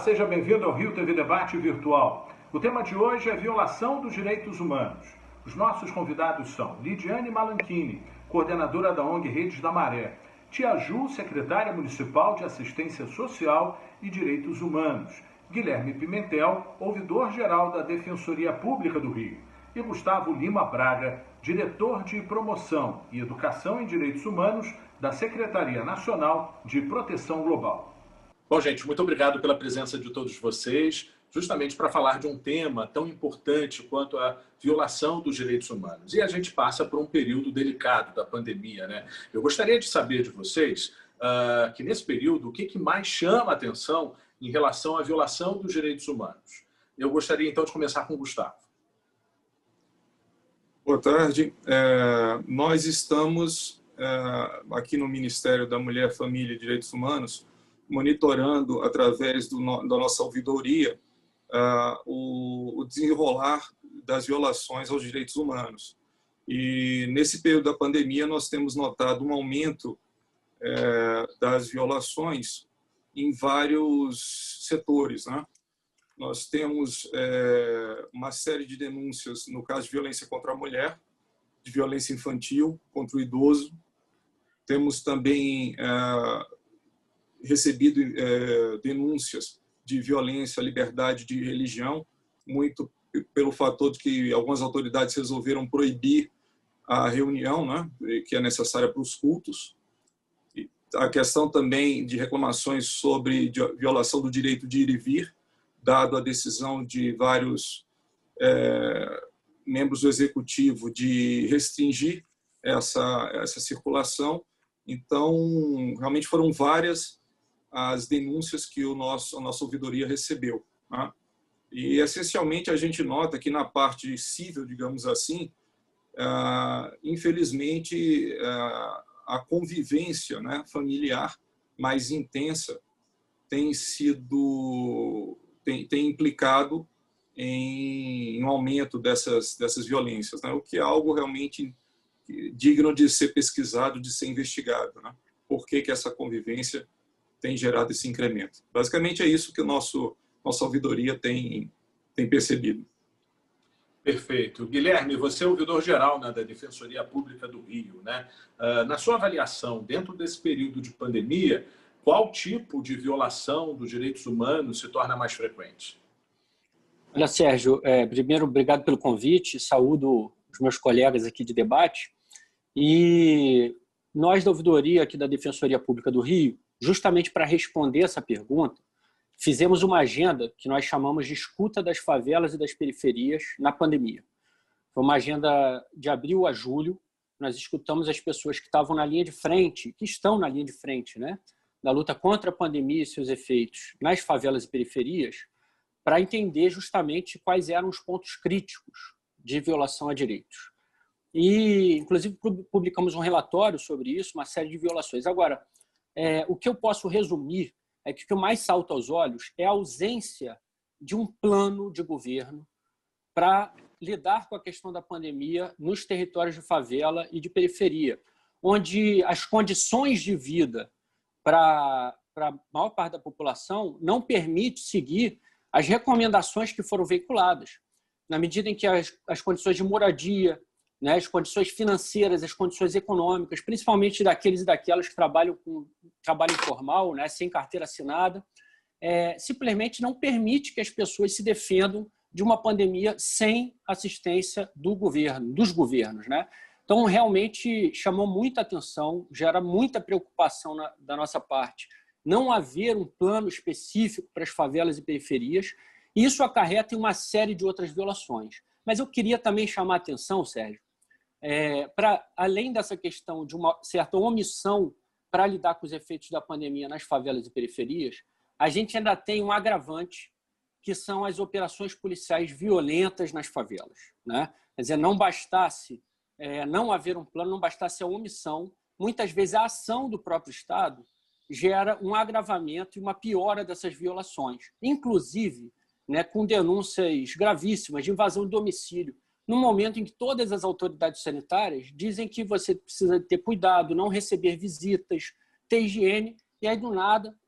seja bem-vindo ao Rio TV Debate Virtual. O tema de hoje é violação dos direitos humanos. Os nossos convidados são Lidiane Malanchini, coordenadora da ONG Redes da Maré, Tia Ju, secretária municipal de Assistência Social e Direitos Humanos, Guilherme Pimentel, ouvidor-geral da Defensoria Pública do Rio, e Gustavo Lima Braga, diretor de Promoção e Educação em Direitos Humanos da Secretaria Nacional de Proteção Global. Bom, gente, muito obrigado pela presença de todos vocês, justamente para falar de um tema tão importante quanto a violação dos direitos humanos. E a gente passa por um período delicado da pandemia, né? Eu gostaria de saber de vocês que nesse período, o que mais chama a atenção em relação à violação dos direitos humanos. Eu gostaria, então, de começar com o Gustavo. Boa tarde. Nós estamos aqui no Ministério da Mulher, Família e Direitos Humanos monitorando, através da nossa ouvidoria, o desenrolar das violações aos direitos humanos. E, nesse período da pandemia, nós temos notado um aumento das violações em vários setores, né? Nós temos uma série de denúncias no caso de violência contra a mulher, de violência infantil contra o idoso. Temos também recebido denúncias de violência à liberdade de religião, muito pelo fator de que algumas autoridades resolveram proibir a reunião, né, que é necessária para os cultos. E a questão também de reclamações sobre violação do direito de ir e vir, dado a decisão de vários membros do Executivo de restringir essa circulação. Então, realmente foram várias as denúncias que a nossa ouvidoria recebeu, né? E, essencialmente, a gente nota que na parte civil, digamos assim, infelizmente, a convivência, né, familiar mais intensa tem implicado em um aumento dessas violências, né? O que é algo realmente digno de ser pesquisado, de ser investigado, né? Por que essa convivência tem gerado esse incremento? Basicamente é isso que nossa ouvidoria tem percebido. Perfeito. Guilherme, você é ouvidor-geral, né, da Defensoria Pública do Rio, né? Na sua avaliação, dentro desse período de pandemia, qual tipo de violação dos direitos humanos se torna mais frequente? Olha, Sérgio, primeiro, obrigado pelo convite, saúdo os meus colegas aqui de debate. E nós, da ouvidoria aqui da Defensoria Pública do Rio, justamente para responder essa pergunta, fizemos uma agenda que nós chamamos de escuta das favelas e das periferias na pandemia. Foi uma agenda de abril a julho. Nós escutamos as pessoas que estavam na linha de frente, que estão na linha de frente, né, da luta contra a pandemia e seus efeitos nas favelas e periferias, para entender justamente quais eram os pontos críticos de violação a direitos. E, inclusive, publicamos um relatório sobre isso, uma série de violações. Agora, o que eu posso resumir é que o que mais salta aos olhos é a ausência de um plano de governo para lidar com a questão da pandemia nos territórios de favela e de periferia, onde as condições de vida para a maior parte da população não permite seguir as recomendações que foram veiculadas, na medida em que as condições de moradia, né, as condições financeiras, as condições econômicas, principalmente daqueles e daquelas que trabalham com trabalho informal, né, sem carteira assinada, simplesmente não permite que as pessoas se defendam de uma pandemia sem assistência do governo, dos governos, né? Então, realmente chamou muita atenção, gera muita preocupação da nossa parte não haver um plano específico para as favelas e periferias. E isso acarreta em uma série de outras violações. Mas eu queria também chamar a atenção, Sérgio, para além dessa questão de uma certa omissão para lidar com os efeitos da pandemia nas favelas e periferias, a gente ainda tem um agravante, que são as operações policiais violentas nas favelas, né? Quer dizer, não bastasse não haver um plano, não bastasse a omissão, muitas vezes a ação do próprio Estado gera um agravamento e uma piora dessas violações, inclusive, né, com denúncias gravíssimas de invasão de domicílio, no momento em que todas as autoridades sanitárias dizem que você precisa ter cuidado, não receber visitas, ter higiene, e aí, do nada,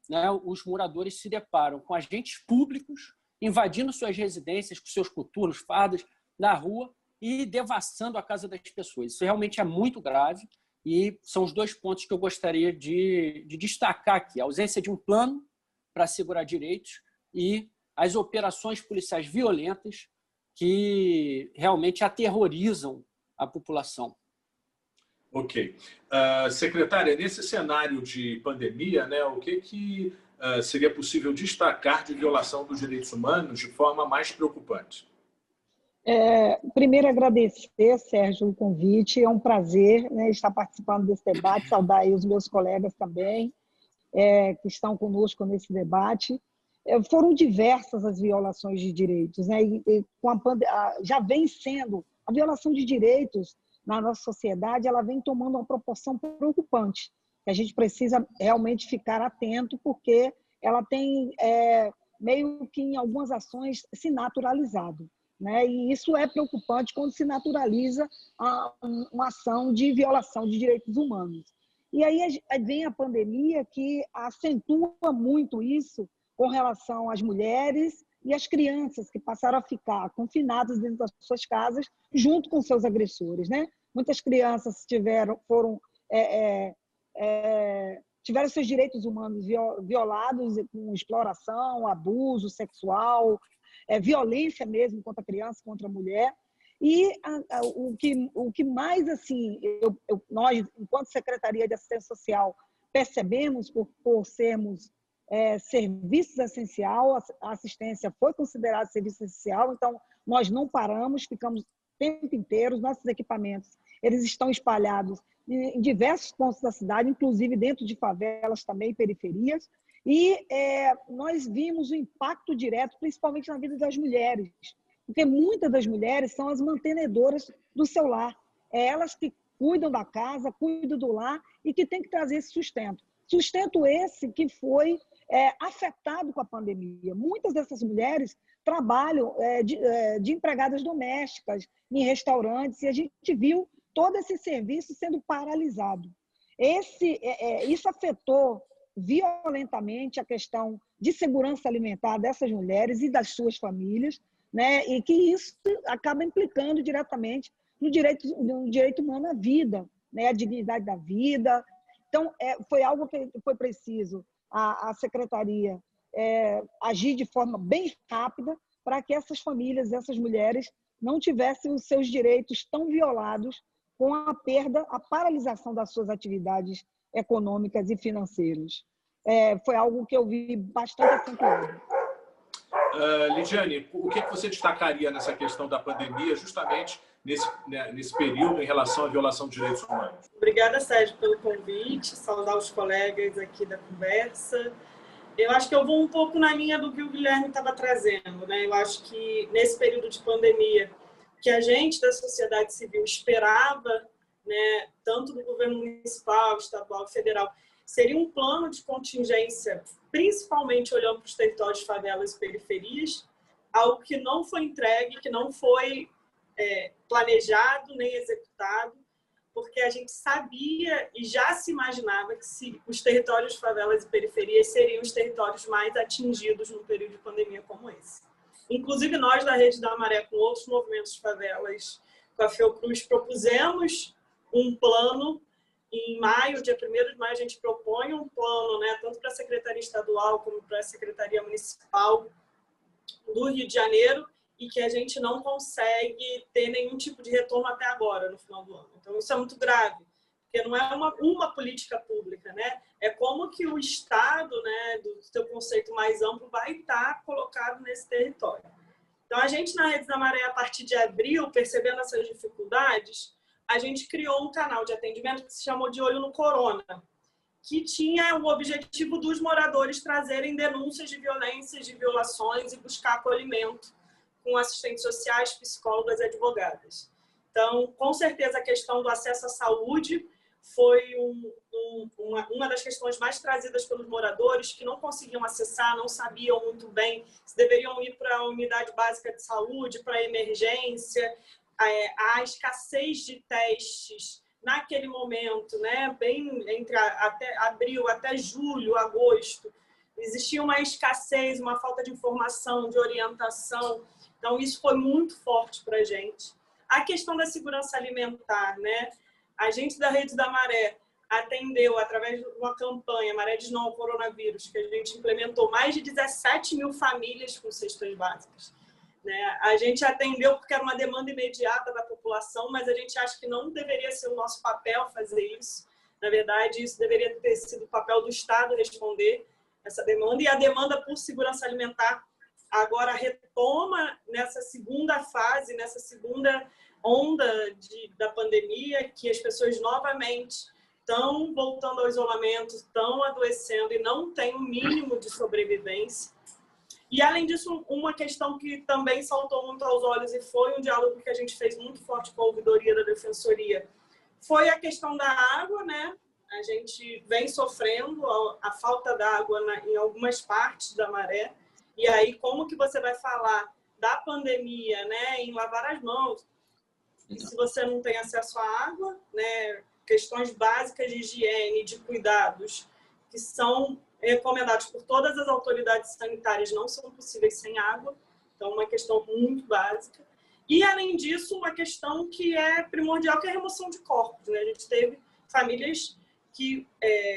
né, os moradores se deparam com agentes públicos invadindo suas residências com seus coturnos, fardas, na rua e devassando a casa das pessoas. Isso realmente é muito grave e são os 2 pontos que eu gostaria de destacar aqui. A ausência de um plano para assegurar direitos e as operações policiais violentas que realmente aterrorizam a população. Ok. Secretária, nesse cenário de pandemia, né, o que seria possível destacar de violação dos direitos humanos de forma mais preocupante? Primeiro, agradecer, Sérgio, o convite. É um prazer, né, estar participando desse debate, saudar aí os meus colegas também, que estão conosco nesse debate. Foram diversas as violações de direitos, né, e com já vem sendo a violação de direitos na nossa sociedade, ela vem tomando uma proporção preocupante, que a gente precisa realmente ficar atento, porque ela tem meio que em algumas ações se naturalizado, né? E isso é preocupante quando se naturaliza uma ação de violação de direitos humanos. E aí vem a pandemia que acentua muito isso com relação às mulheres e às crianças que passaram a ficar confinadas dentro das suas casas junto com seus agressores, né? Muitas crianças tiveram seus direitos humanos violados com exploração, abuso sexual, violência mesmo contra a criança, contra a mulher. E o que mais, assim, nós, enquanto Secretaria de Assistência Social, percebemos por sermos serviços essencial, a assistência foi considerada serviço essencial, então nós não paramos, ficamos o tempo inteiro, os nossos equipamentos, eles estão espalhados em diversos pontos da cidade, inclusive dentro de favelas também, periferias, e nós vimos o impacto direto, principalmente na vida das mulheres, porque muitas das mulheres são as mantenedoras do seu lar, elas que cuidam da casa, cuidam do lar e que têm que trazer esse sustento. Sustento esse que foi afetado com a pandemia. Muitas dessas mulheres trabalham de empregadas domésticas em restaurantes e a gente viu todo esse serviço sendo paralisado. Isso afetou violentamente a questão de segurança alimentar dessas mulheres e das suas famílias, né? E que isso acaba implicando diretamente no direito humano à vida, né? A dignidade da vida. Então, foi algo que foi preciso a Secretaria agir de forma bem rápida para que essas famílias, essas mulheres, não tivessem os seus direitos tão violados com a paralisação das suas atividades econômicas e financeiras. Foi algo que eu vi bastante acentuado. Lidiane, o que você destacaria nessa questão da pandemia, justamente nesse período em relação à violação de direitos humanos? Obrigada, Sérgio, pelo convite, saudar os colegas aqui da conversa. Eu acho que eu vou um pouco na linha do que o Guilherme estava trazendo, né? Eu acho que nesse período de pandemia, que a gente da sociedade civil esperava, né, tanto do governo municipal, estadual e federal, seria um plano de contingência, principalmente olhando para os territórios de favelas e periferias, algo que não foi entregue, que não foi planejado nem executado, porque a gente sabia e já se imaginava que os territórios de favelas e periferias seriam os territórios mais atingidos num período de pandemia como esse. Inclusive, nós da Rede da Maré, com outros movimentos de favelas, com a Fiocruz, propusemos um plano. Em maio, dia 1º de maio, a gente propõe um plano, né, tanto para a Secretaria Estadual como para a Secretaria Municipal do Rio de Janeiro, e que a gente não consegue ter nenhum tipo de retorno até agora, no final do ano. Então, isso é muito grave, porque não é uma política pública, né? É como que o Estado, né, do seu conceito mais amplo, vai estar colocado nesse território. Então, a gente, na Rede da Maré, a partir de abril, percebendo essas dificuldades, a gente criou um canal de atendimento que se chamou de Olho no Corona, que tinha o objetivo dos moradores trazerem denúncias de violências, de violações e buscar acolhimento com assistentes sociais, psicólogas e advogadas. Então, com certeza, a questão do acesso à saúde foi uma das questões mais trazidas pelos moradores, que não conseguiam acessar, não sabiam muito bem se deveriam ir para a unidade básica de saúde, para a emergência. A escassez de testes naquele momento, né, bem entre até abril até julho, agosto, existia uma escassez, uma falta de informação, de orientação. Então, isso foi muito forte para a gente. A questão da segurança alimentar, né? A gente da Rede da Maré atendeu, através de uma campanha, Maré diz não ao coronavírus, que a gente implementou mais de 17 mil famílias com cestas básicas. Né? A gente atendeu porque era uma demanda imediata da população, mas a gente acha que não deveria ser o nosso papel fazer isso. Na verdade, isso deveria ter sido o papel do Estado responder essa demanda. E a demanda por segurança alimentar agora retoma nessa segunda fase, nessa segunda onda da pandemia, que as pessoas novamente estão voltando ao isolamento, estão adoecendo e não têm um mínimo de sobrevivência. E, além disso, uma questão que também saltou muito aos olhos e foi um diálogo que a gente fez muito forte com a ouvidoria da Defensoria, foi a questão da água, né? A gente vem sofrendo a falta d'água em algumas partes da Maré. E aí, como que você vai falar da pandemia, né, em lavar as mãos, se você não tem acesso à água, né, questões básicas de higiene, de cuidados, que são recomendados por todas as autoridades sanitárias, não são possíveis sem água. Então, uma questão muito básica. E, além disso, uma questão que é primordial, que é a remoção de corpos. Né? A gente teve famílias que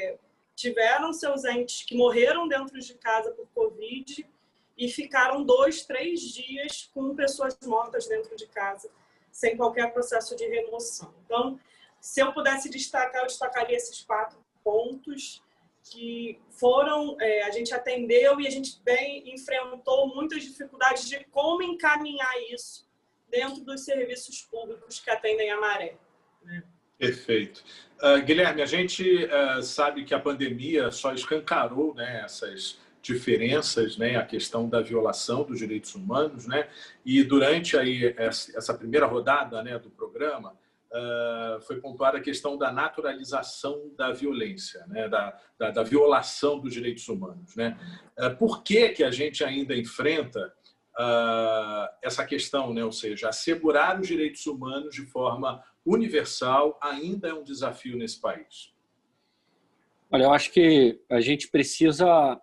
tiveram seus entes que morreram dentro de casa por Covid e ficaram 2, 3 dias com pessoas mortas dentro de casa, sem qualquer processo de remoção. Então, se eu pudesse destacar, eu destacaria esses 4 pontos que foram, a gente atendeu e a gente enfrentou muitas dificuldades de como encaminhar isso dentro dos serviços públicos que atendem a Maré. Né? Perfeito. Guilherme, a gente sabe que a pandemia só escancarou, né, essas diferenças, né, a questão da violação dos direitos humanos, né, e durante aí essa primeira rodada, né, do programa, foi pontuada a questão da naturalização da violência, né, da violação dos direitos humanos, né. Por que a gente ainda enfrenta essa questão, né, ou seja, assegurar os direitos humanos de forma universal ainda é um desafio nesse país? Olha, eu acho que a gente precisa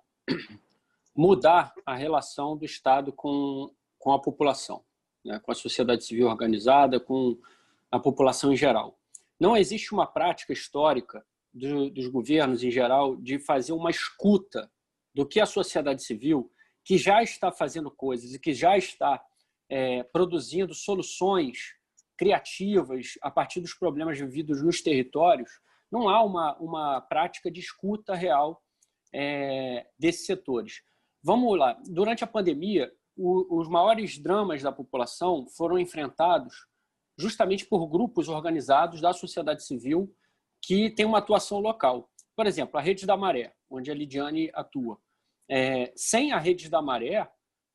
mudar a relação do Estado com a população, né? Com a sociedade civil organizada, com a população em geral. Não existe uma prática histórica dos governos em geral de fazer uma escuta do que a sociedade civil, que já está fazendo coisas e que já está produzindo soluções criativas a partir dos problemas vividos nos territórios. Não há uma prática de escuta real desses setores. Vamos lá. Durante a pandemia, os maiores dramas da população foram enfrentados justamente por grupos organizados da sociedade civil que têm uma atuação local. Por exemplo, a Rede da Maré, onde a Lidiane atua. Sem a Rede da Maré,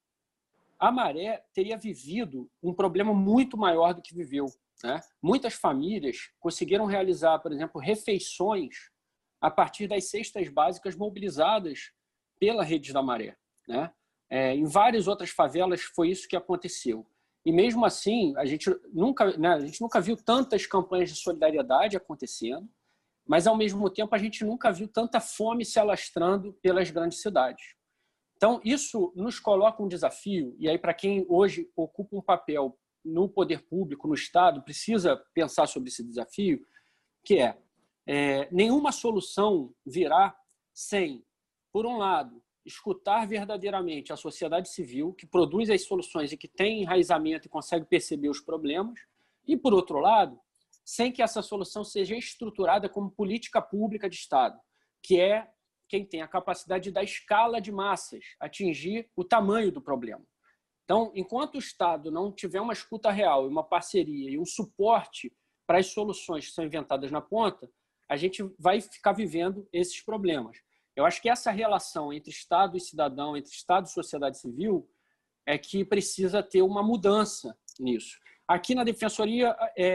a Maré teria vivido um problema muito maior do que viveu. Né? Muitas famílias conseguiram realizar, por exemplo, refeições a partir das cestas básicas mobilizadas pela Rede da Maré. Né? Em várias outras favelas foi isso que aconteceu. E mesmo assim, a gente nunca viu tantas campanhas de solidariedade acontecendo, mas ao mesmo tempo a gente nunca viu tanta fome se alastrando pelas grandes cidades. Então, isso nos coloca um desafio, e aí para quem hoje ocupa um papel no poder público, no Estado, precisa pensar sobre esse desafio, que nenhuma solução virá sem, por um lado, escutar verdadeiramente a sociedade civil, que produz as soluções e que tem enraizamento e consegue perceber os problemas, e, por outro lado, sem que essa solução seja estruturada como política pública de Estado, que é quem tem a capacidade de dar escala de massas, atingir o tamanho do problema. Então, enquanto o Estado não tiver uma escuta real, uma parceria e um suporte para as soluções que são inventadas na ponta, a gente vai ficar vivendo esses problemas. Eu acho que essa relação entre Estado e cidadão, entre Estado e sociedade civil, é que precisa ter uma mudança nisso. Aqui na Defensoria,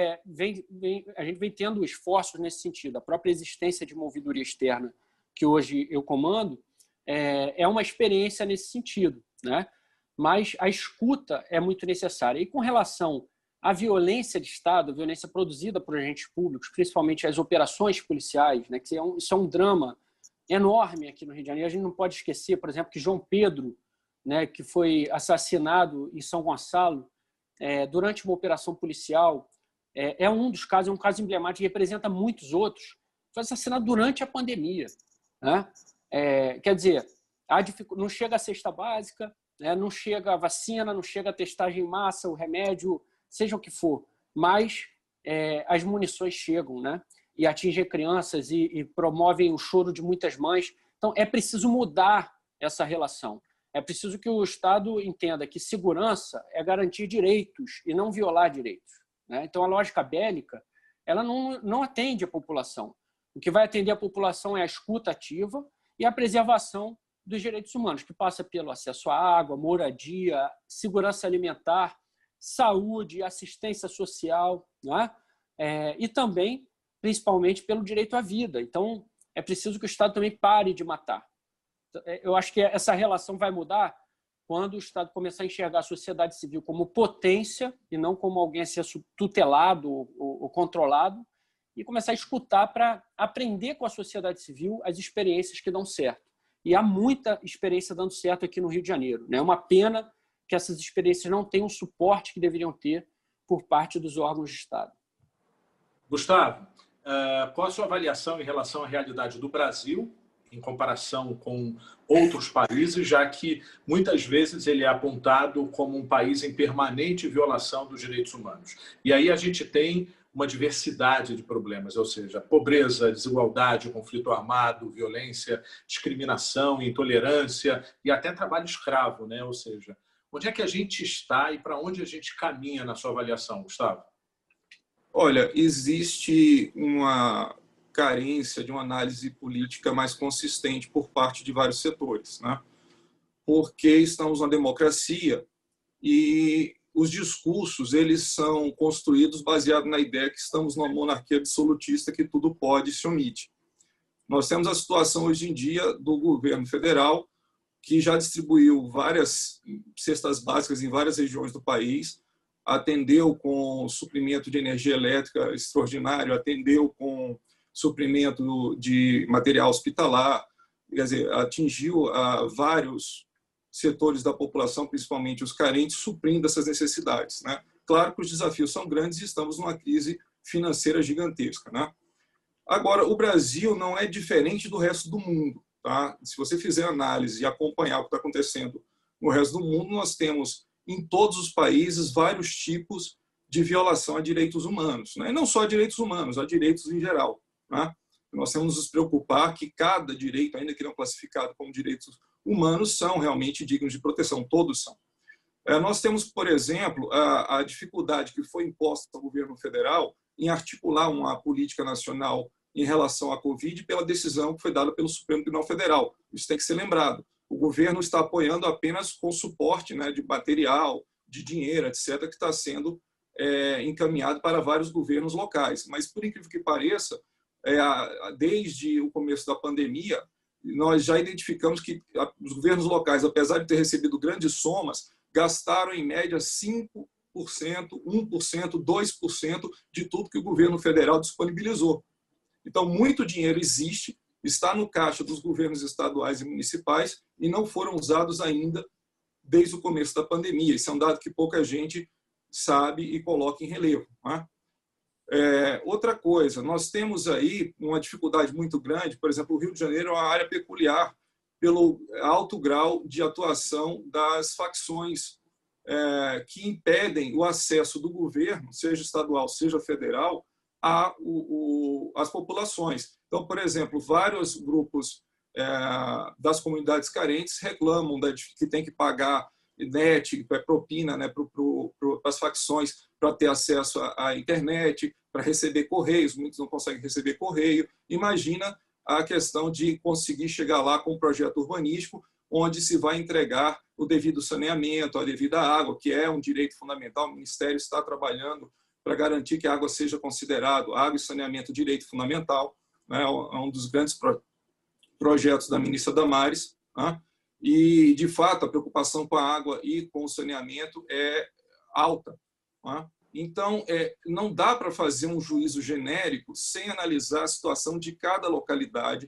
a gente vem tendo esforços nesse sentido. A própria existência de uma ouvidoria externa, que hoje eu comando, é uma experiência nesse sentido, né? Mas a escuta é muito necessária. E com relação à violência de Estado, a violência produzida por agentes públicos, principalmente as operações policiais, né? Que isso é um drama enorme aqui no Rio de Janeiro. A gente não pode esquecer, por exemplo, que João Pedro, né, que foi assassinado em São Gonçalo durante uma operação policial, é um dos casos, é um caso emblemático que representa muitos outros. Foi assassinado durante a pandemia, né? Quer dizer, não chega a cesta básica, né? Não chega a vacina, não chega a testagem em massa, o remédio, seja o que for, mas as munições chegam, né? E atingem crianças e promovem o choro de muitas mães. Então, é preciso mudar essa relação. É preciso que o Estado entenda que segurança é garantir direitos e não violar direitos, né? Então, a lógica bélica ela não atende a população. O que vai atender a população é a escuta ativa e a preservação dos direitos humanos, que passa pelo acesso à água, moradia, segurança alimentar, saúde, assistência social, né? E também, principalmente, pelo direito à vida. Então, é preciso que o Estado também pare de matar. Eu acho que essa relação vai mudar quando o Estado começar a enxergar a sociedade civil como potência e não como alguém a ser tutelado ou controlado, e começar a escutar para aprender com a sociedade civil as experiências que dão certo. E há muita experiência dando certo aqui no Rio de Janeiro. É uma pena que essas experiências não tenham o suporte que deveriam ter por parte dos órgãos de Estado. Gustavo, qual a sua avaliação em relação à realidade do Brasil em comparação com outros países, já que muitas vezes ele é apontado como um país em permanente violação dos direitos humanos? E aí a gente tem uma diversidade de problemas, ou seja, pobreza, desigualdade, conflito armado, violência, discriminação, intolerância e até trabalho escravo, né? Ou seja, onde é que a gente está e para onde a gente caminha na sua avaliação, Gustavo? Olha, existe uma carência de uma análise política mais consistente por parte de vários setores, né? Porque estamos numa democracia e os discursos eles são construídos baseados na ideia que estamos numa monarquia absolutista que tudo pode e se omite. Nós temos a situação hoje em dia do governo federal, que já distribuiu várias cestas básicas em várias regiões do país, atendeu com suprimento de energia elétrica extraordinário, atendeu com suprimento de material hospitalar, quer dizer, atingiu vários setores da população, principalmente os carentes, suprindo essas necessidades, né? Claro que os desafios são grandes e estamos numa crise financeira gigantesca, né? Agora, o Brasil não é diferente do resto do mundo, tá? Se você fizer análise e acompanhar o que está acontecendo no resto do mundo, nós temos em todos os países vários tipos de violação a direitos humanos, né? E não só a direitos humanos, a direitos em geral, né? Nós temos que nos preocupar que cada direito, ainda que não classificado como direitos humanos, são realmente dignos de proteção, todos são. Nós temos, por exemplo, a dificuldade que foi imposta ao governo federal em articular uma política nacional em relação à Covid pela decisão que foi dada pelo Supremo Tribunal Federal. Isso tem que ser lembrado. O governo está apoiando apenas com suporte, né, de material, de dinheiro, etc., que está sendo encaminhado para vários governos locais. Mas, por incrível que pareça, desde o começo da pandemia, nós já identificamos que os governos locais, apesar de ter recebido grandes somas, gastaram em média 5%, 1%, 2% de tudo que o governo federal disponibilizou. Então, muito dinheiro existe, está no caixa dos governos estaduais e municipais e não foram usados ainda desde o começo da pandemia. Isso é um dado que pouca gente sabe e coloca em relevo, né? Outra coisa, nós temos aí uma dificuldade muito grande, por exemplo, o Rio de Janeiro é uma área peculiar pelo alto grau de atuação das facções que impedem o acesso do governo, seja estadual, seja federal, às populações. Então, por exemplo, vários grupos das comunidades carentes reclamam que tem que pagar net, propina, né, para as facções para ter acesso à internet, para receber correios, muitos não conseguem receber correio. Imagina a questão de conseguir chegar lá com um projeto urbanístico onde se vai entregar o devido saneamento, a devida água, que é um direito fundamental. O Ministério está trabalhando para garantir que a água seja considerado, água e saneamento, direito fundamental, né? É um dos grandes projetos da ministra Damares, né? E, de fato, a preocupação com a água e com o saneamento é alta, né? Então, não dá para fazer um juízo genérico sem analisar a situação de cada localidade,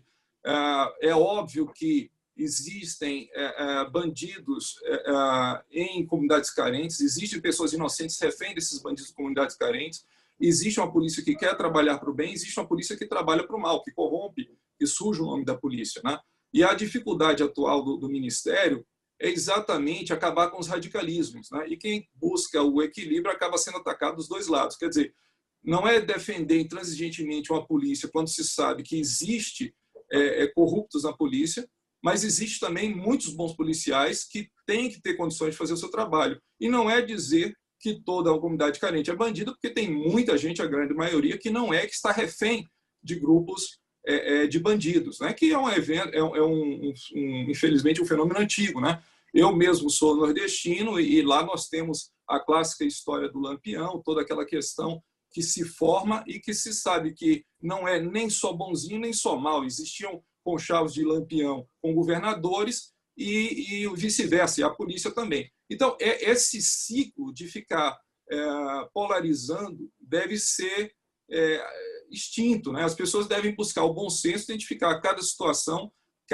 É óbvio que existem bandidos em comunidades carentes, existem pessoas inocentes refém desses bandidos em comunidades carentes, existe uma polícia que quer trabalhar para o bem, existe uma polícia que trabalha para o mal, que corrompe, que suja o nome da polícia, né? E a dificuldade atual do Ministério é exatamente acabar com os radicalismos, né? E quem busca o equilíbrio acaba sendo atacado dos dois lados. Quer dizer, não é defender intransigentemente uma polícia quando se sabe que existe corruptos na polícia, mas existe também muitos bons policiais que têm que ter condições de fazer o seu trabalho. E não é dizer que toda a comunidade carente é bandida, porque tem muita gente, a grande maioria, que não é, que está refém de grupos de bandidos, né? Que é um evento, infelizmente, um fenômeno antigo, né? Eu mesmo sou nordestino e lá nós temos a clássica história do Lampião, toda aquela questão que se forma e que se sabe que não é nem só bonzinho nem só mal. Existiam conchavos de Lampião com governadores e vice-versa, e a polícia também. Então, esse ciclo de ficar polarizando deve ser extinto, né? As pessoas devem buscar o bom senso, identificar cada situação,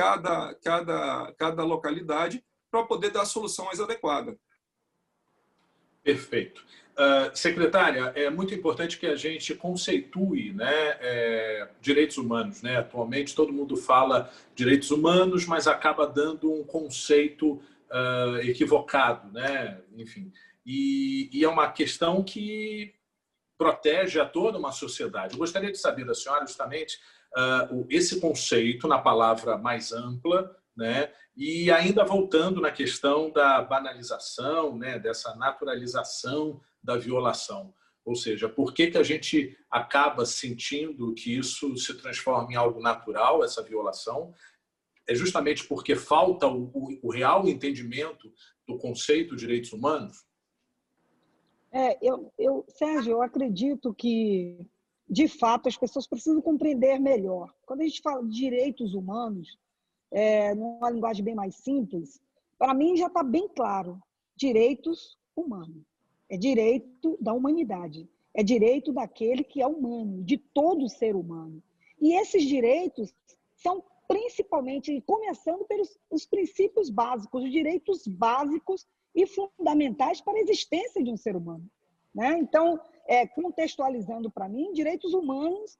cada localidade, para poder dar a solução mais adequada. Perfeito. Secretária, é muito importante que a gente conceitue, né, direitos humanos, né? Atualmente todo mundo fala direitos humanos, mas acaba dando um conceito equivocado, né? Enfim, e é uma questão que protege a toda uma sociedade. Eu gostaria de saber da senhora justamente esse conceito na palavra mais ampla, né? E ainda voltando na questão da banalização, né? Dessa naturalização da violação. Ou seja, por que a gente acaba sentindo que isso se transforma em algo natural, essa violação? É justamente porque falta o real entendimento do conceito de direitos humanos? Sérgio, eu acredito que, de fato, as pessoas precisam compreender melhor. Quando a gente fala de direitos humanos, numa linguagem bem mais simples, para mim já está bem claro. Direitos humanos. É direito da humanidade. É direito daquele que é humano, de todo ser humano. E esses direitos são principalmente, começando pelos os princípios básicos, os direitos básicos e fundamentais para a existência de um ser humano, né? Então, contextualizando para mim, direitos humanos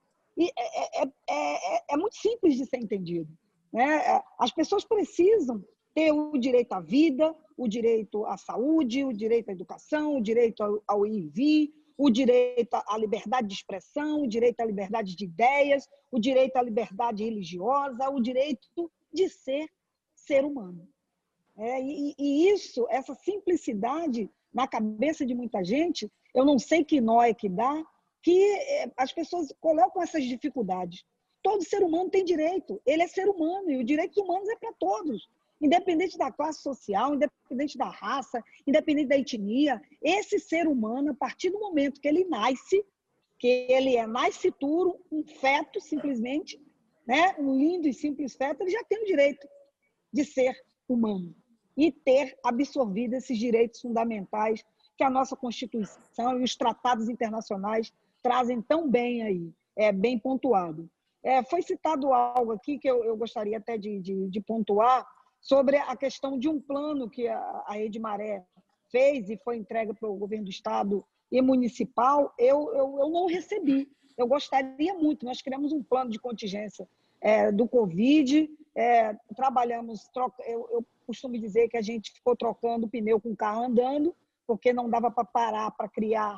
é muito simples de ser entendido, né? As pessoas precisam ter o direito à vida, o direito à saúde, o direito à educação, o direito ao ir e vir, o direito à liberdade de expressão, o direito à liberdade de ideias, o direito à liberdade religiosa, o direito de ser humano. E isso, essa simplicidade na cabeça de muita gente, eu não sei que nó é que dá, que as pessoas colocam essas dificuldades. Todo ser humano tem direito, ele é ser humano, e os direitos humanos é para todos, independente da classe social, independente da raça, independente da etnia. Esse ser humano, a partir do momento que ele nasce, que ele é nascituro, um feto simplesmente, né? Um lindo e simples feto, ele já tem o direito de ser humano e ter absorvido esses direitos fundamentais que a nossa Constituição e os tratados internacionais trazem tão bem aí, bem pontuado. Foi citado algo aqui que eu gostaria até de pontuar sobre a questão de um plano que a Rede Maré fez e foi entregue para o governo do Estado e municipal. Eu não recebi. Eu gostaria muito. Nós criamos um plano de contingência do Covid, trabalhamos, eu costumo dizer que a gente ficou trocando pneu com o carro andando, porque não dava para parar, para criar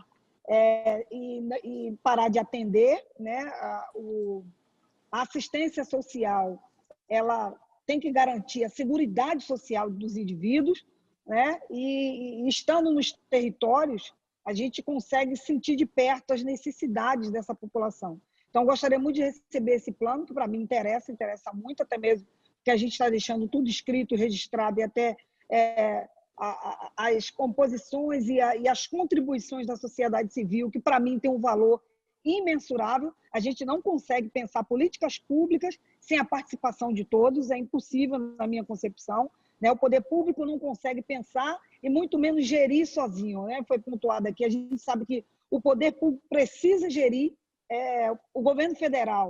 e parar de atender, né? A assistência social, ela tem que garantir a seguridade social dos indivíduos, né? E estando nos territórios, a gente consegue sentir de perto as necessidades dessa população. Então, gostaria muito de receber esse plano, que para mim interessa muito, até mesmo que a gente está deixando tudo escrito, registrado, e até as composições e as contribuições da sociedade civil, que para mim tem um valor imensurável. A gente não consegue pensar políticas públicas sem a participação de todos, é impossível na minha concepção, né? O poder público não consegue pensar e muito menos gerir sozinho, né? Foi pontuado aqui, a gente sabe que o poder público precisa gerir, o governo federal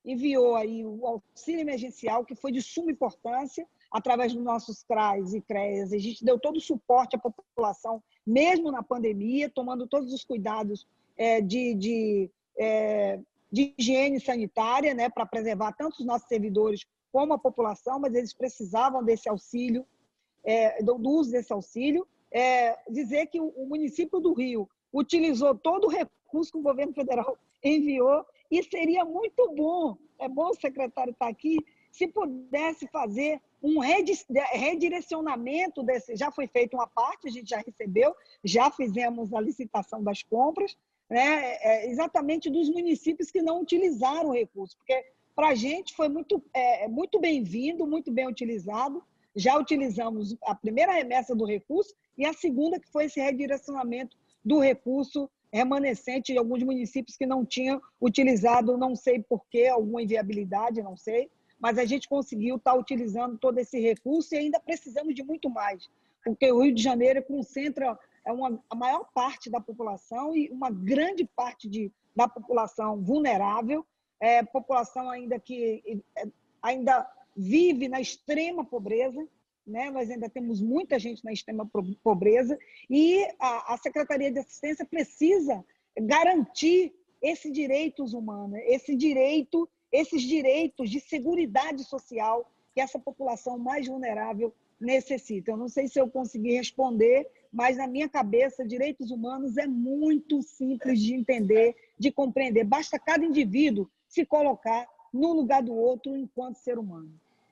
enviou aí o auxílio emergencial, que foi de suma importância, através dos nossos CRAs e CREAs. A gente deu todo o suporte à população, mesmo na pandemia, tomando todos os cuidados de higiene sanitária, né, para preservar tanto os nossos servidores como a população, mas eles precisavam desse auxílio, do uso desse auxílio. Dizer que o município do Rio utilizou todo o recurso que o governo federal enviou, e seria muito bom, é bom o secretário estar aqui, se pudesse fazer um redirecionamento desse. Já foi feita uma parte, a gente já recebeu, já fizemos a licitação das compras, né, exatamente dos municípios que não utilizaram o recurso, porque para a gente foi muito bem-vindo, muito bem utilizado. Já utilizamos a primeira remessa do recurso e a segunda, que foi esse redirecionamento do recurso remanescente de alguns municípios que não tinham utilizado, não sei por quê, alguma inviabilidade, não sei, mas a gente conseguiu estar utilizando todo esse recurso e ainda precisamos de muito mais, porque o Rio de Janeiro concentra a maior parte da população e uma grande parte da população vulnerável, população ainda que ainda vive na extrema pobreza, né? Nós ainda temos muita gente na extrema pobreza, e a Secretaria de Assistência precisa garantir esses direitos humanos, esses direitos de seguridade social que essa população mais vulnerável necessita. Eu não sei se eu consegui responder, mas na minha cabeça, direitos humanos é muito simples de entender, de compreender. Basta cada indivíduo se colocar no lugar do outro enquanto ser humano.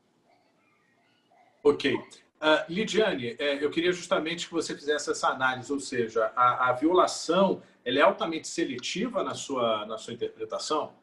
Ok. Lidiane, eu queria justamente que você fizesse essa análise, ou seja, a violação ela é altamente seletiva na sua interpretação?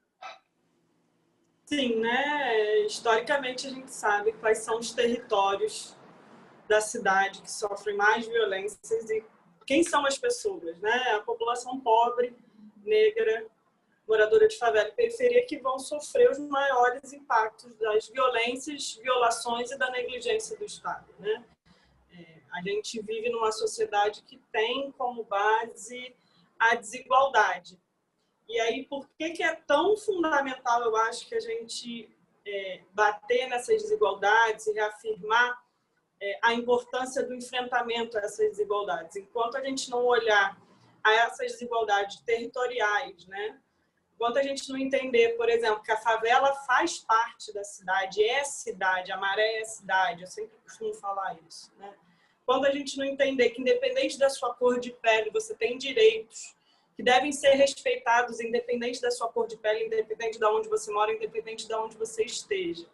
Sim, né? Historicamente a gente sabe quais são os territórios da cidade que sofrem mais violências e quem são as pessoas, né? A população pobre, negra, moradora de favela e periferia, que vão sofrer os maiores impactos das violências, violações e da negligência do Estado, né? A gente vive numa sociedade que tem como base a desigualdade. E aí, por que é tão fundamental, eu acho, que a gente bater nessas desigualdades e reafirmar a importância do enfrentamento a essas desigualdades? Enquanto a gente não olhar a essas desigualdades territoriais, né? Enquanto a gente não entender, por exemplo, que a favela faz parte da cidade, cidade, a Maré é cidade, eu sempre costumo falar isso, né? Quando a gente não entender que, independente da sua cor de pele, você tem direitos que devem ser respeitados, independente da sua cor de pele, independente de onde você mora, independente de onde você esteja.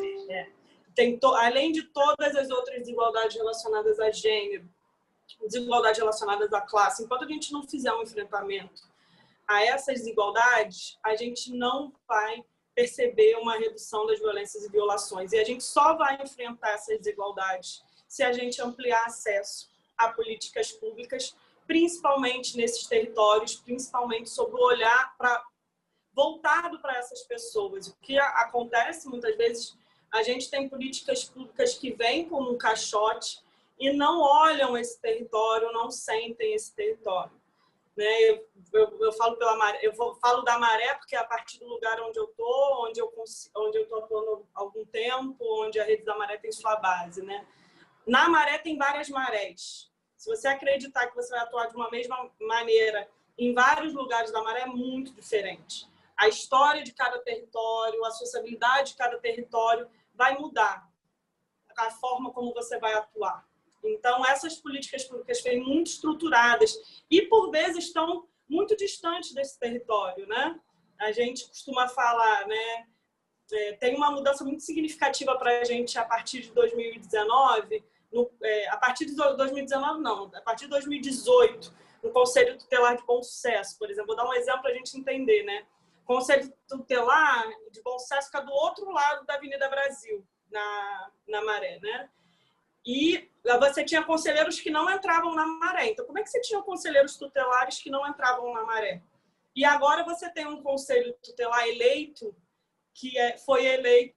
Além de todas as outras desigualdades relacionadas a gênero, desigualdades relacionadas à classe, enquanto a gente não fizer um enfrentamento a essas desigualdades, a gente não vai perceber uma redução das violências e violações. E a gente só vai enfrentar essas desigualdades se a gente ampliar acesso a políticas públicas, principalmente nesses territórios, principalmente sob o olhar voltado para essas pessoas. O que acontece muitas vezes, a gente tem políticas públicas que vêm como um caixote e não olham esse território, não sentem esse território. Né? Eu falo pela Maré, falo da Maré porque é a partir do lugar onde eu estou, onde eu estou atuando há algum tempo, onde a rede da Maré tem sua base, né? Na Maré tem várias marés. Se você acreditar que você vai atuar de uma mesma maneira em vários lugares da Maré, é muito diferente. A história de cada território, a sociabilidade de cada território vai mudar a forma como você vai atuar. Então, essas políticas públicas vêm muito estruturadas e, por vezes, estão muito distantes desse território, né? A gente costuma falar, né? Tem uma mudança muito significativa para a gente a partir de 2019, a partir de 2019 não, a partir de 2018, no Conselho Tutelar de Bom Sucesso, por exemplo. Vou dar um exemplo para a gente entender, né? O Conselho Tutelar de Bom Sucesso fica do outro lado da Avenida Brasil, na Maré, né? E você tinha conselheiros que não entravam na Maré. Então, como é que você tinha conselheiros tutelares que não entravam na Maré? E agora você tem um conselho tutelar eleito, que foi eleito,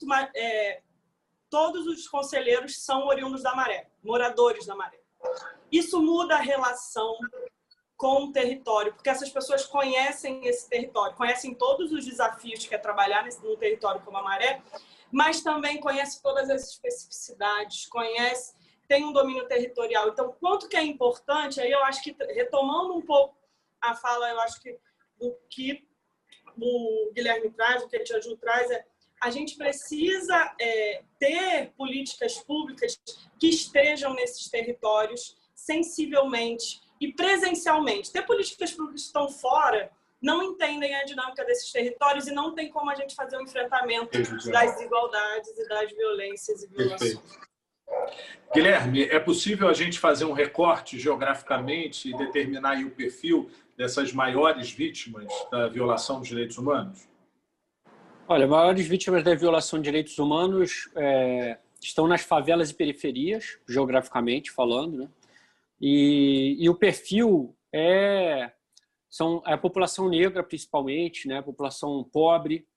todos os conselheiros são oriundos da Maré, moradores da Maré. Isso muda a relação com o território, porque essas pessoas conhecem esse território, conhecem todos os desafios que é trabalhar num território como a Maré, mas também conhecem todas as especificidades, tem um domínio territorial. Então, quanto que é importante, aí eu acho que, retomando um pouco a fala, eu acho que do que o Guilherme traz, o que a Tia Ju traz, a gente precisa ter políticas públicas que estejam nesses territórios sensivelmente e presencialmente. Ter políticas públicas que estão fora não entendem a dinâmica desses territórios e não tem como a gente fazer um enfrentamento das desigualdades e das violências e violações. Perfeito. Guilherme, é possível a gente fazer um recorte geograficamente e determinar aí o perfil dessas maiores vítimas da violação dos direitos humanos? Olha, as maiores vítimas da violação de direitos humanos estão nas favelas e periferias, geograficamente falando, né? E o perfil é a população negra, principalmente, né? A população pobre,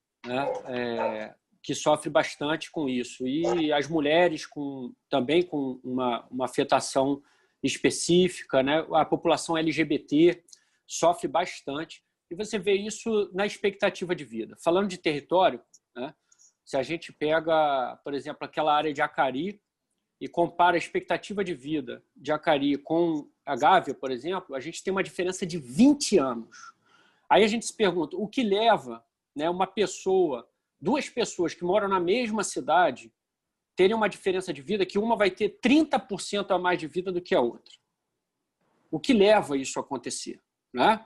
né? Que sofre bastante com isso. E as mulheres também com uma afetação específica, né? A população LGBT sofre bastante. E você vê isso na expectativa de vida. Falando de território, né? Se a gente pega, por exemplo, aquela área de Acari e compara a expectativa de vida de Acari com a Gávea, por exemplo, a gente tem uma diferença de 20 anos. Aí a gente se pergunta, o que leva, né, duas pessoas que moram na mesma cidade terem uma diferença de vida que uma vai ter 30% a mais de vida do que a outra? O que leva isso a acontecer, né?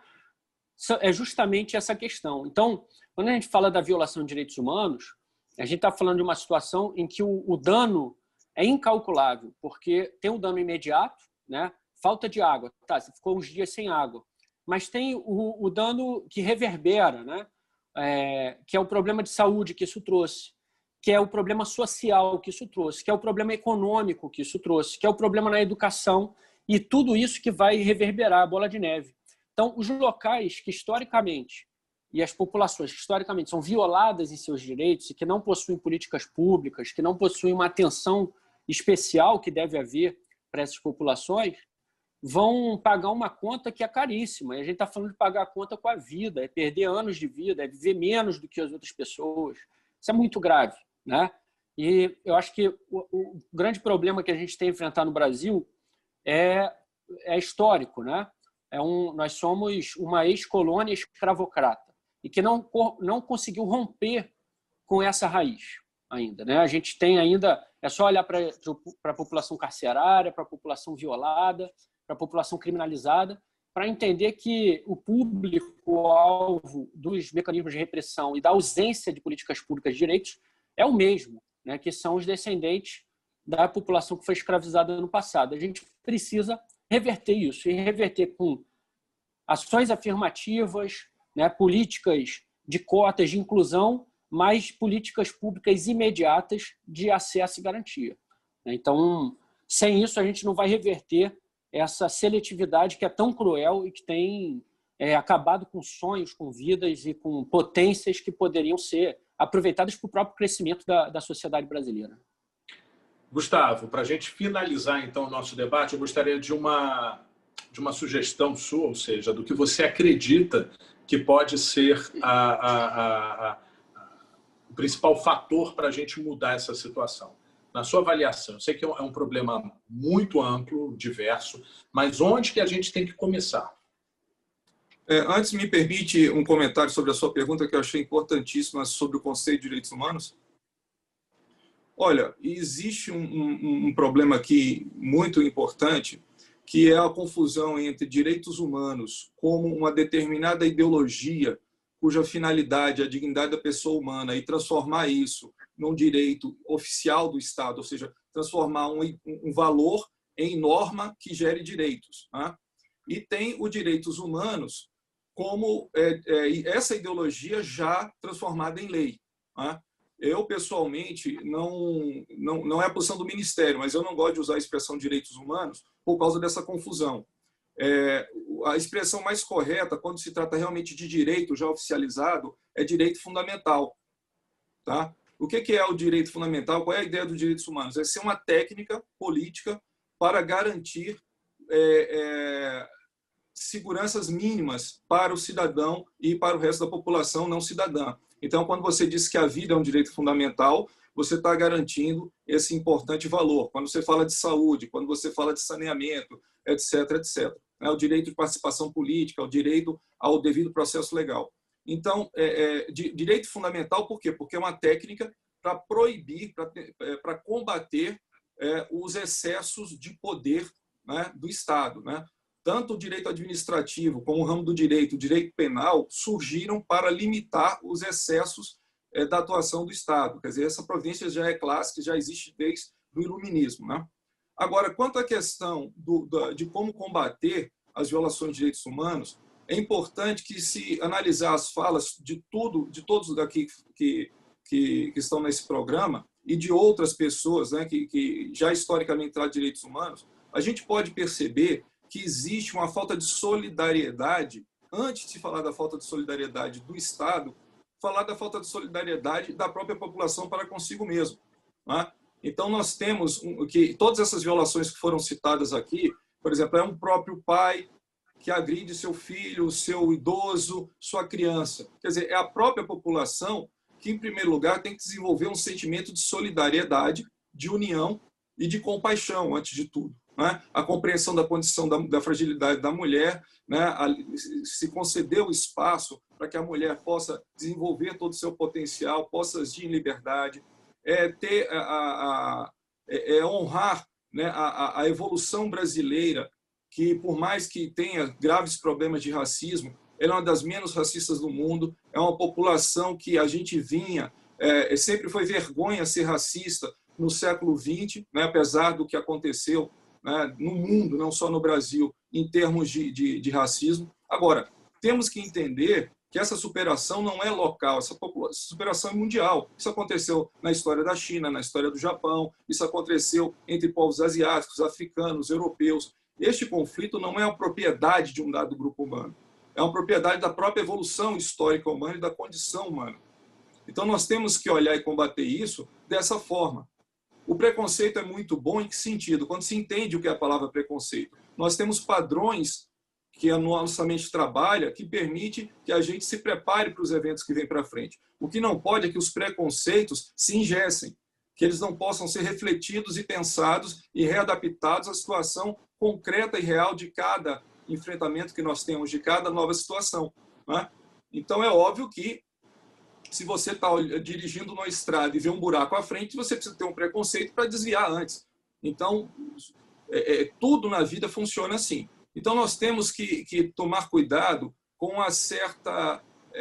É justamente essa questão. Então, quando a gente fala da violação de direitos humanos, a gente está falando de uma situação em que o dano é incalculável, porque tem o dano imediato, né? Falta de água. Tá, você ficou uns dias sem água. Mas tem o dano que reverbera, né? Que é o problema de saúde que isso trouxe, que é o problema social que isso trouxe, que é o problema econômico que isso trouxe, que é o problema na educação e tudo isso que vai reverberar a bola de neve. Então, os locais que historicamente e as populações que historicamente são violadas em seus direitos e que não possuem políticas públicas, que não possuem uma atenção especial que deve haver para essas populações, vão pagar uma conta que é caríssima. E a gente está falando de pagar a conta com a vida, é perder anos de vida, é viver menos do que as outras pessoas. Isso é muito grave, né? E eu acho que o grande problema que a gente tem a enfrentar no Brasil é histórico, né? Nós somos uma ex-colônia escravocrata e que não conseguiu romper com essa raiz ainda, né? A gente tem ainda... É só olhar para a população carcerária, para a população violada, para a população criminalizada, para entender que o público-alvo dos mecanismos de repressão e da ausência de políticas públicas de direitos é o mesmo, né? Que são os descendentes da população que foi escravizada no passado. A gente precisa reverter isso, e reverter com ações afirmativas, né? Políticas de cotas de inclusão, mas políticas públicas imediatas de acesso e garantia. Então, sem isso, a gente não vai reverter essa seletividade que é tão cruel e que tem acabado com sonhos, com vidas e com potências que poderiam ser aproveitadas para o próprio crescimento da sociedade brasileira. Gustavo, para a gente finalizar, então, o nosso debate, eu gostaria de uma sugestão sua, ou seja, do que você acredita que pode ser o principal fator para a gente mudar essa situação. Na sua avaliação, eu sei que é um problema muito amplo, diverso, mas onde que a gente tem que começar? Antes, me permite um comentário sobre a sua pergunta, que eu achei importantíssima, sobre o conceito de direitos humanos. Olha, existe um problema aqui muito importante, que é a confusão entre direitos humanos como uma determinada ideologia cuja finalidade é a dignidade da pessoa humana, e transformar isso num direito oficial do Estado, ou seja, transformar um valor em norma que gere direitos, né? E tem os direitos humanos como essa ideologia já transformada em lei, né? Eu, pessoalmente, não é a posição do Ministério, mas eu não gosto de usar a expressão direitos humanos por causa dessa confusão. A expressão mais correta, quando se trata realmente de direito já oficializado, é direito fundamental. Tá? O que é o direito fundamental? Qual é a ideia dos direitos humanos? É ser uma técnica política para garantir seguranças mínimas para o cidadão e para o resto da população não cidadã. Então, quando você diz que a vida é um direito fundamental, você está garantindo esse importante valor. Quando você fala de saúde, quando você fala de saneamento, etc., etc. É o direito de participação política, o direito ao devido processo legal. Então, direito fundamental por quê? Porque é uma técnica para proibir, para combater os excessos de poder, né, do Estado, né? Tanto o direito administrativo como o ramo do direito, o direito penal, surgiram para limitar os excessos da atuação do Estado. Quer dizer, essa providência já é clássica, já existe desde o Iluminismo, né? Agora, quanto à questão de como combater as violações de direitos humanos, é importante que se analisar as falas de todos daqui que estão nesse programa e de outras pessoas, né, que já historicamente tratam de direitos humanos, a gente pode perceber que existe uma falta de solidariedade, antes de falar da falta de solidariedade do Estado, falar da falta de solidariedade da própria população para consigo mesmo, né? Então, nós temos que todas essas violações que foram citadas aqui, por exemplo, é um próprio pai que agride seu filho, seu idoso, sua criança. Quer dizer, é a própria população que, em primeiro lugar, tem que desenvolver um sentimento de solidariedade, de união e de compaixão, antes de tudo, né? A compreensão da condição da fragilidade da mulher, né? Se conceder o espaço para que a mulher possa desenvolver todo o seu potencial, possa agir em liberdade, honrar, né, a evolução brasileira, que, por mais que tenha graves problemas de racismo, ela é uma das menos racistas do mundo, é uma população que a gente vinha, sempre foi vergonha ser racista no século XX, né, apesar do que aconteceu, né, no mundo, não só no Brasil, em termos de racismo. Agora, temos que entender que essa superação não é local, essa superação é mundial. Isso aconteceu na história da China, na história do Japão, isso aconteceu entre povos asiáticos, africanos, europeus. Este conflito não é uma propriedade de um dado grupo humano, é uma propriedade da própria evolução histórica humana e da condição humana. Então, nós temos que olhar e combater isso dessa forma. O preconceito é muito bom em que sentido? Quando se entende o que é a palavra preconceito. Nós temos padrões que a nossa mente trabalha, que permite que a gente se prepare para os eventos que vêm para frente. O que não pode é que os preconceitos se ingessem, que eles não possam ser refletidos e pensados e readaptados à situação concreta e real de cada enfrentamento que nós temos, de cada nova situação, né? Então, é óbvio que, se você está dirigindo numa estrada e vê um buraco à frente, você precisa ter um preconceito para desviar antes. Então, tudo na vida funciona assim. Então, nós temos que tomar cuidado com uma certa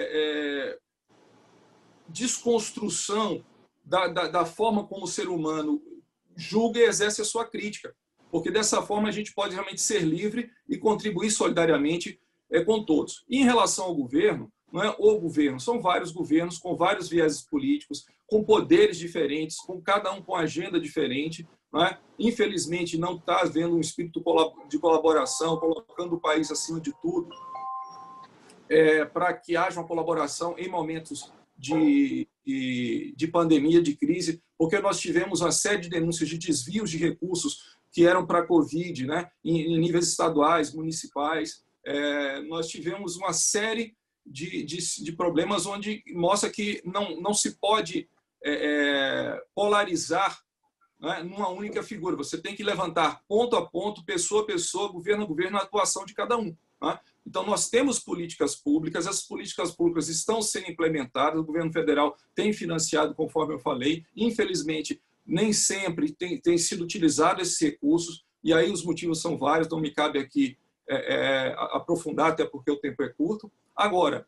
desconstrução da forma como o ser humano julga e exerce a sua crítica, porque dessa forma a gente pode realmente ser livre e contribuir solidariamente com todos. E em relação ao governo, não é o governo, são vários governos com vários vieses políticos, com poderes diferentes, com cada um com agenda diferente, não é? Infelizmente, não está havendo um espírito de colaboração, colocando o país acima de tudo, para que haja uma colaboração em momentos de pandemia, de crise, porque nós tivemos uma série de denúncias de desvios de recursos que eram para a Covid, né? Em níveis estaduais, municipais. Nós tivemos uma série de problemas onde mostra que não se pode polarizar, né, numa única figura. Você tem que levantar ponto a ponto, pessoa a pessoa, governo a governo, a atuação de cada um, né? Então, nós temos políticas públicas, essas políticas públicas estão sendo implementadas, o governo federal tem financiado, conforme eu falei. Infelizmente, nem sempre tem sido utilizado esses recursos, e aí os motivos são vários, não me cabe aqui aprofundar, até porque o tempo é curto. Agora,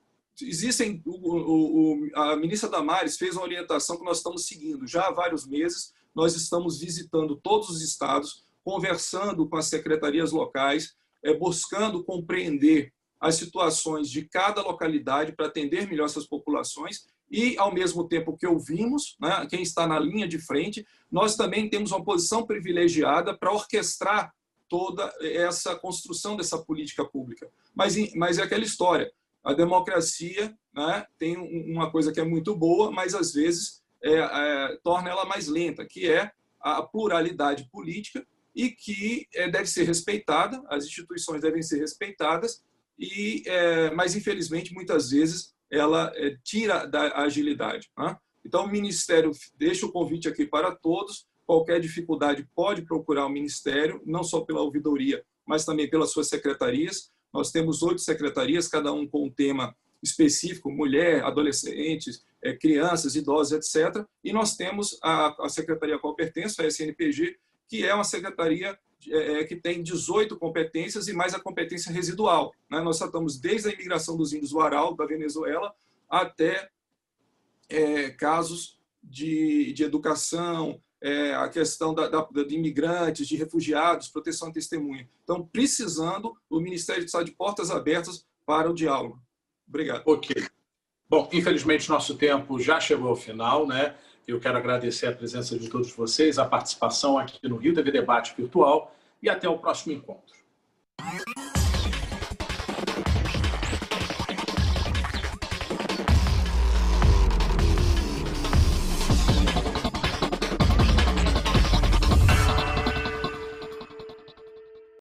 a ministra Damares fez uma orientação que nós estamos seguindo já há vários meses. Nós estamos visitando todos os estados, conversando com as secretarias locais, buscando compreender as situações de cada localidade para atender melhor essas populações e, ao mesmo tempo que ouvimos, né, quem está na linha de frente, nós também temos uma posição privilegiada para orquestrar toda essa construção dessa política pública. Mas é aquela história, a democracia, né, tem uma coisa que é muito boa, mas às vezes torna ela mais lenta, que é a pluralidade política e que deve ser respeitada, as instituições devem ser respeitadas, mas, infelizmente, muitas vezes, ela tira da agilidade. Né? Então, o Ministério deixa o convite aqui para todos. Qualquer dificuldade pode procurar o Ministério, não só pela ouvidoria, mas também pelas suas secretarias. Nós temos 8 secretarias, cada um com um tema específico, mulher, adolescentes, crianças, idosos, etc. E nós temos a secretaria a qual pertenço, a SNPG, que é uma secretaria que tem 18 competências e mais a competência residual. Né? Nós tratamos desde a imigração dos índios Warau, da Venezuela, até casos de educação, a questão de imigrantes, de refugiados, proteção à testemunha. Então, precisando, o Ministério está de portas abertas para o diálogo. Obrigado. Ok. Bom, infelizmente, nosso tempo já chegou ao final, né? Eu quero agradecer a presença de todos vocês, a participação aqui no Rio TV Debate Virtual e até o próximo encontro.